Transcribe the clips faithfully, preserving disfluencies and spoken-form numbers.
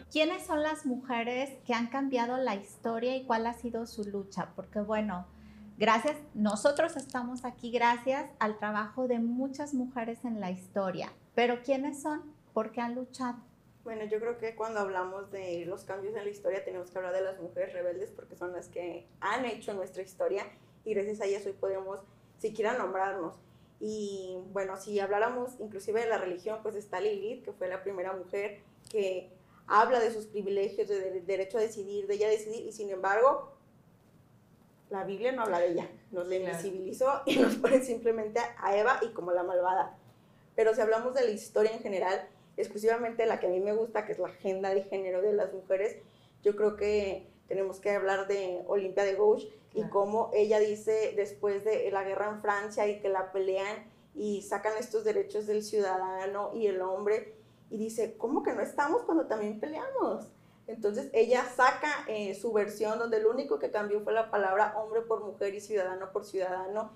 ¿quiénes son las mujeres que han cambiado la historia y cuál ha sido su lucha? Porque bueno, gracias, nosotros estamos aquí gracias al trabajo de muchas mujeres en la historia, pero ¿quiénes son? ¿Por qué han luchado? Bueno, yo creo que cuando hablamos de los cambios en la historia tenemos que hablar de las mujeres rebeldes porque son las que han hecho nuestra historia y gracias a ellas hoy podemos siquiera nombrarnos. Y bueno, si habláramos inclusive de la religión, pues está Lilith, que fue la primera mujer que habla de sus privilegios, de, de derecho a decidir, de ella decidir, y sin embargo, la Biblia no habla de ella, nos la invisibilizó y nos pone simplemente a Eva y como la malvada. Pero si hablamos de la historia en general, exclusivamente la que a mí me gusta, que es la agenda de género de las mujeres, yo creo que tenemos que hablar de Olympia de Gouges, claro, y cómo ella dice, después de la guerra en Francia y que la pelean y sacan estos derechos del ciudadano y el hombre, y dice, ¿cómo que no estamos cuando también peleamos? Entonces ella saca eh, su versión donde lo único que cambió fue la palabra hombre por mujer y ciudadano por ciudadano,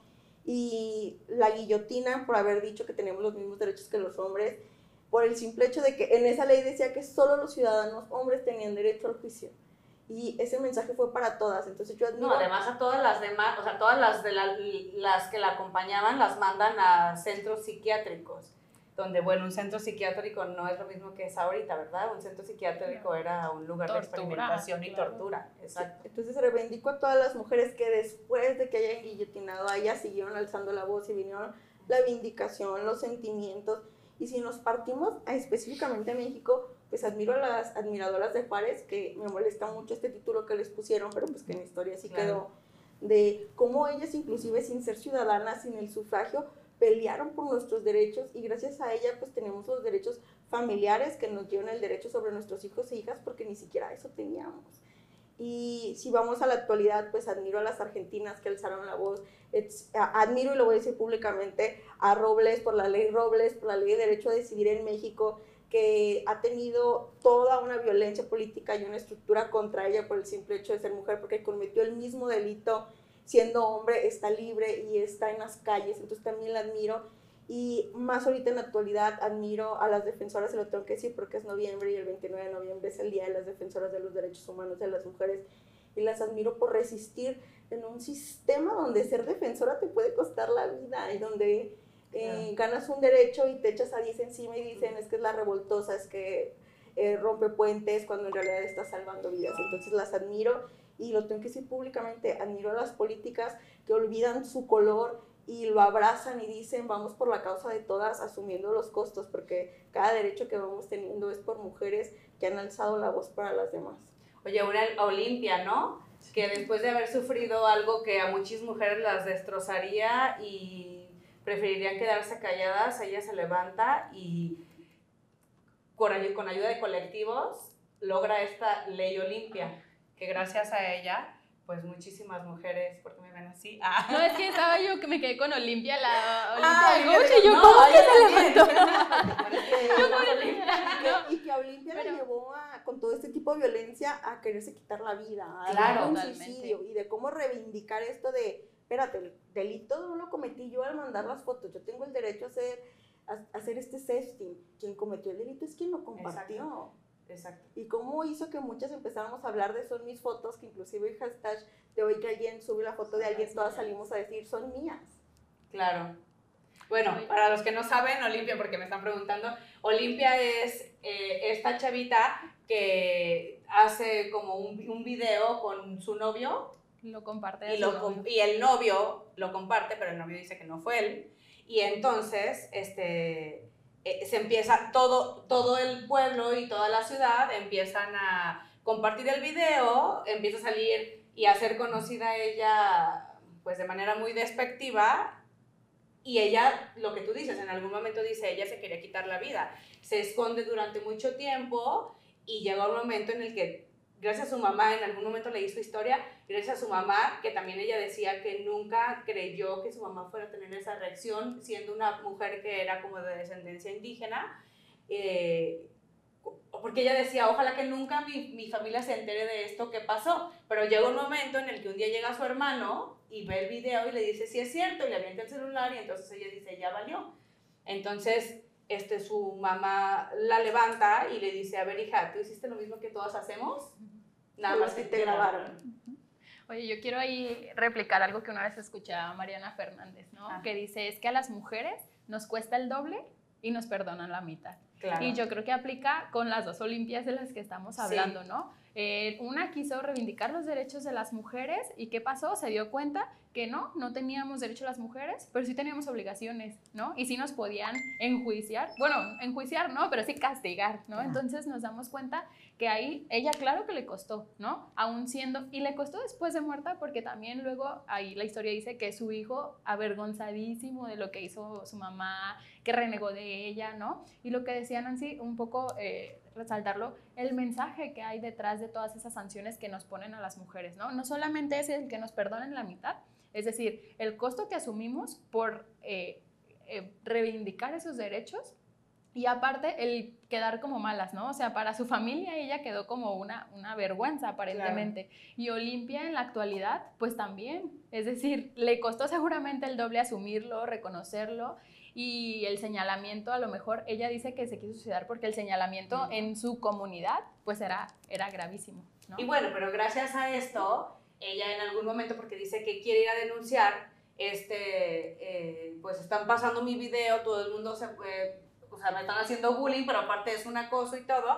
y la guillotina por haber dicho que tenemos los mismos derechos que los hombres, por el simple hecho de que en esa ley decía que solo los ciudadanos hombres tenían derecho al juicio. Y ese mensaje fue para todas. Entonces yo admiro... No, además a todas las demás, o sea, todas las, de la, las que la acompañaban las mandan a centros psiquiátricos, donde, bueno, un centro psiquiátrico no es lo mismo que es ahorita, ¿verdad? Un centro psiquiátrico no. era un lugar tortura, de experimentación y claro. tortura. Exacto. Entonces reivindico a todas las mujeres que después de que hayan guillotinado a ellas siguieron alzando la voz y vinieron la vindicación, los sentimientos. Y si nos partimos a, específicamente a México, pues admiro a las admiradoras de Juárez, que me molesta mucho este título que les pusieron, pero pues que en la historia sí claro. quedó, de cómo ellas inclusive sin ser ciudadanas, sin el sufragio, pelearon por nuestros derechos y gracias a ella pues tenemos los derechos familiares que nos dieron el derecho sobre nuestros hijos e hijas porque ni siquiera eso teníamos. Y si vamos a la actualidad, pues admiro a las argentinas que alzaron la voz, admiro y lo voy a decir públicamente a Robles por la ley Robles, por la ley de derecho a decidir en México, que ha tenido toda una violencia política y una estructura contra ella por el simple hecho de ser mujer, porque cometió el mismo delito siendo hombre, está libre y está en las calles, entonces también la admiro. Y más ahorita en la actualidad admiro a las defensoras, y lo tengo que decir porque es noviembre y el veintinueve de noviembre es el Día de las Defensoras de los Derechos Humanos de las Mujeres, y las admiro por resistir en un sistema donde ser defensora te puede costar la vida y donde eh, ganas un derecho y te echas a diez encima y dicen es que es la revoltosa, es que eh, rompe puentes, cuando en realidad está salvando vidas. Entonces las admiro y lo tengo que decir públicamente, admiro a las políticas que olvidan su color y lo abrazan y dicen vamos por la causa de todas, asumiendo los costos, porque cada derecho que vamos teniendo es por mujeres que han alzado la voz para las demás. Oye, una Olimpia, ¿no? Que después de haber sufrido algo que a muchas mujeres las destrozaría y preferirían quedarse calladas, ella se levanta y con ayuda de colectivos logra esta ley Olimpia, que gracias a ella pues muchísimas mujeres, porque me ven así. Ah. No, es que estaba yo que me quedé con Olimpia, la Olimpia ah, de Gouges, y yo, no, ¿cómo que se levantó? yo con Olimpia. Y que a Olimpia la llevó a, con todo este tipo de violencia a quererse quitar la vida, a claro, un suicidio, y de cómo reivindicar esto de, espérate, el delito no lo cometí yo al mandar las fotos, yo tengo el derecho a hacer, a, a hacer este sexting, quien cometió el delito es quien lo compartió. Exacto. Exacto. Y cómo hizo que muchas empezáramos a hablar de son mis fotos, que inclusive el hashtag de hoy que alguien sube la foto de alguien, todas salimos a decir son mías. Claro. Bueno, para los que no saben, Olimpia, porque me están preguntando, Olimpia es eh, esta chavita que hace como un, un video con su novio. Lo comparte. Y, lo, y el novio lo comparte, pero el novio dice que no fue él. Y entonces, este... Eh, se empieza, todo, todo el pueblo y toda la ciudad empiezan a compartir el video, empieza a salir y a ser conocida ella pues de manera muy despectiva, y ella, lo que tú dices, en algún momento dice, ella se quería quitar la vida, se esconde durante mucho tiempo y llega un momento en el que, gracias a su mamá, en algún momento leí su historia, gracias a su mamá, que también ella decía que nunca creyó que su mamá fuera a tener esa reacción, siendo una mujer que era como de descendencia indígena, eh, porque ella decía, ojalá que nunca mi, mi familia se entere de esto que pasó, pero llega un momento en el que un día llega su hermano y ve el video y le dice, sí es cierto, y le avienta el celular, y entonces ella dice, ya valió. Entonces, este, su mamá la levanta y le dice, a ver, hija, ¿tú hiciste lo mismo que todos hacemos? Nada más que te grabaron. Oye, yo quiero ahí replicar algo que una vez escuché a Mariana Fernández, ¿no? Ah. Que dice, es que a las mujeres nos cuesta el doble y nos perdonan la mitad. Claro. Y yo creo que aplica con las dos Olimpias de las que estamos hablando, Sí. ¿no? Eh, una quiso reivindicar los derechos de las mujeres y ¿qué pasó? Se dio cuenta que no, no teníamos derecho a las mujeres, pero sí teníamos obligaciones, ¿no? Y sí nos podían enjuiciar, bueno, enjuiciar no, pero sí castigar, ¿no? Claro. Entonces nos damos cuenta que ahí, ella claro que le costó, ¿no? Aún siendo, y le costó después de muerta porque también luego ahí la historia dice que su hijo avergonzadísimo de lo que hizo su mamá, que renegó de ella, ¿no? Y lo que decía Nancy, un poco eh, resaltarlo, el mensaje que hay detrás de todas esas sanciones que nos ponen a las mujeres, ¿no? No solamente es el que nos perdonen la mitad, es decir, el costo que asumimos por eh, eh, reivindicar esos derechos y aparte el quedar como malas, ¿no? O sea, para su familia ella quedó como una, una vergüenza aparentemente. Claro. Y Olimpia en la actualidad, pues también, es decir, le costó seguramente el doble asumirlo, reconocerlo y el señalamiento, a lo mejor ella dice que se quiso suicidar porque el señalamiento sí. en su comunidad pues era, era gravísimo, ¿no? Y bueno, pero gracias a esto, ella en algún momento, porque dice que quiere ir a denunciar, este, eh, pues están pasando mi video, todo el mundo se puede, o sea, me están haciendo bullying, pero aparte es un acoso y todo,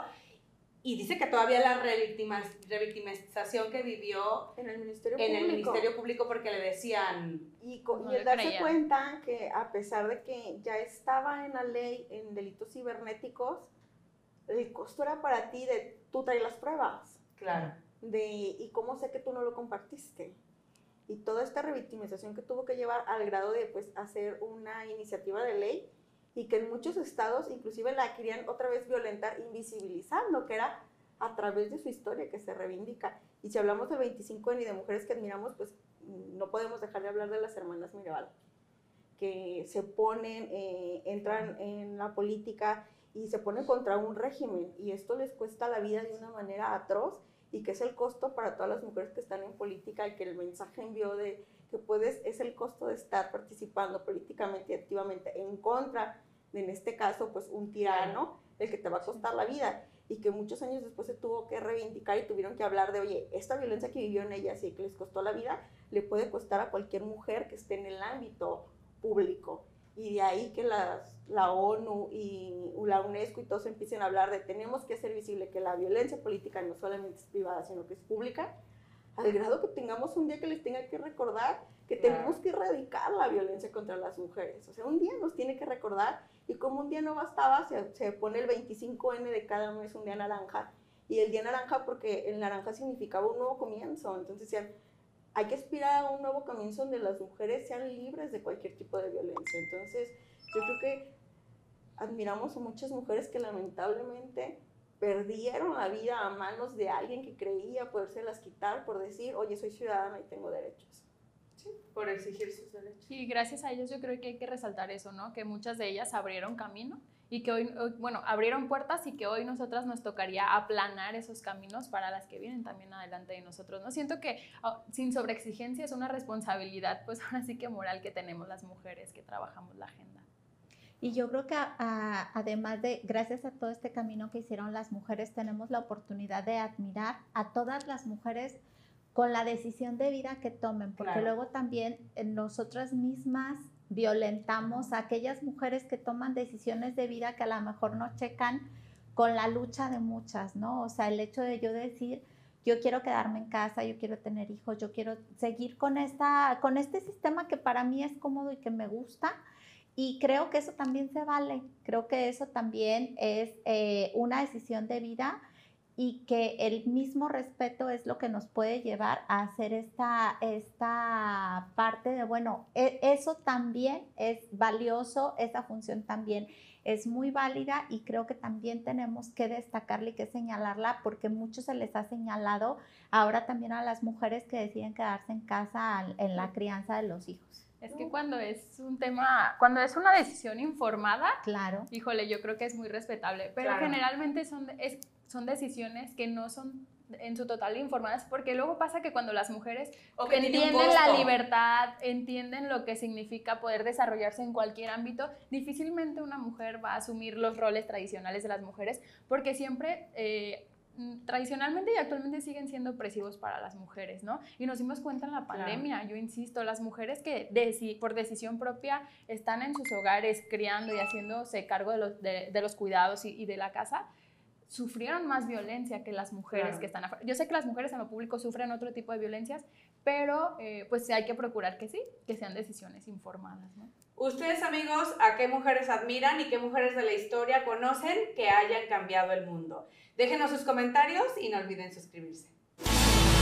y dice que todavía la revictimización que vivió en el Ministerio en Público. el Ministerio Público porque le decían... Y, con, no y el darse creían. cuenta que a pesar de que ya estaba en la ley en delitos cibernéticos, el costo era para ti de tú traes las pruebas. Claro. De, y cómo sé que tú no lo compartiste. Y toda esta revictimización que tuvo que llevar al grado de pues, hacer una iniciativa de ley y que en muchos estados inclusive la querían otra vez violentar, invisibilizando, que era a través de su historia que se reivindica. Y si hablamos del veinticinco ene y de mujeres que admiramos, pues no podemos dejar de hablar de las hermanas Mirabal, que se ponen, eh, entran en la política y se ponen contra un régimen, y esto les cuesta la vida de una manera atroz, y que es el costo para todas las mujeres que están en política, y que el mensaje envió de que puedes, es el costo de estar participando políticamente y activamente en contra de, en este caso, pues un tirano, el que te va a costar la vida, y que muchos años después se tuvo que reivindicar y tuvieron que hablar de, oye, esta violencia que vivió en ella, sí, que les costó la vida, le puede costar a cualquier mujer que esté en el ámbito público. Y de ahí que las, la ONU y la UNESCO y todos empiecen a hablar de tenemos que hacer visible que la violencia política no solamente es privada, sino que es pública, al grado que tengamos un día que les tenga que recordar que Claro. tenemos que erradicar la violencia contra las mujeres. O sea, un día nos tiene que recordar, y como un día no bastaba, se, se pone el veinticinco ene de cada mes un día naranja, y el día naranja porque el naranja significaba un nuevo comienzo, entonces decían, hay que aspirar a un nuevo comienzo donde las mujeres sean libres de cualquier tipo de violencia. Entonces, yo creo que admiramos a muchas mujeres que lamentablemente perdieron la vida a manos de alguien que creía podérselas quitar por decir, oye, soy ciudadana y tengo derechos. Sí, por exigir sus derechos. Y gracias a ellos yo creo que hay que resaltar eso, ¿no? Que muchas de ellas abrieron camino y que hoy, bueno, abrieron puertas y que hoy nosotras nos tocaría aplanar esos caminos para las que vienen también adelante de nosotros, ¿no? Siento que oh, sin sobreexigencia es una responsabilidad, pues ahora sí que moral que tenemos las mujeres que trabajamos la agenda. Y yo creo que a, a, además de, gracias a todo este camino que hicieron las mujeres, tenemos la oportunidad de admirar a todas las mujeres con la decisión de vida que tomen, porque Claro. luego también nosotras mismas violentamos a aquellas mujeres que toman decisiones de vida que a lo mejor no checan con la lucha de muchas, ¿no? O sea, el hecho de yo decir, yo quiero quedarme en casa, yo quiero tener hijos, yo quiero seguir con, esta, con este sistema que para mí es cómodo y que me gusta, y creo que eso también se vale, creo que eso también es eh, una decisión de vida, y que el mismo respeto es lo que nos puede llevar a hacer esta, esta parte de, bueno, eso también es valioso, esa función también es muy válida, y creo que también tenemos que destacarla y que señalarla, porque mucho se les ha señalado ahora también a las mujeres que deciden quedarse en casa en la crianza de los hijos. Es que cuando es un tema, cuando es una decisión informada, Claro. híjole, yo creo que es muy respetable, pero Claro. generalmente son, es, son decisiones que no son en su total informadas, porque luego pasa que cuando las mujeres O que tiene un entienden la costo. libertad, entienden lo que significa poder desarrollarse en cualquier ámbito, difícilmente una mujer va a asumir los roles tradicionales de las mujeres, porque siempre... Eh, tradicionalmente y actualmente siguen siendo opresivos para las mujeres, ¿no? Y nos dimos cuenta en la pandemia, claro. Yo insisto, las mujeres que deci- por decisión propia están en sus hogares criando y haciéndose cargo de los, de, de los cuidados y, y de la casa, sufrieron más violencia que las mujeres claro. que están afuera. Yo sé que las mujeres en lo público sufren otro tipo de violencias, pero eh, pues hay que procurar que sí, que sean decisiones informadas, ¿no? Ustedes, amigos, ¿a qué mujeres admiran y qué mujeres de la historia conocen que hayan cambiado el mundo? Déjenos sus comentarios y no olviden suscribirse.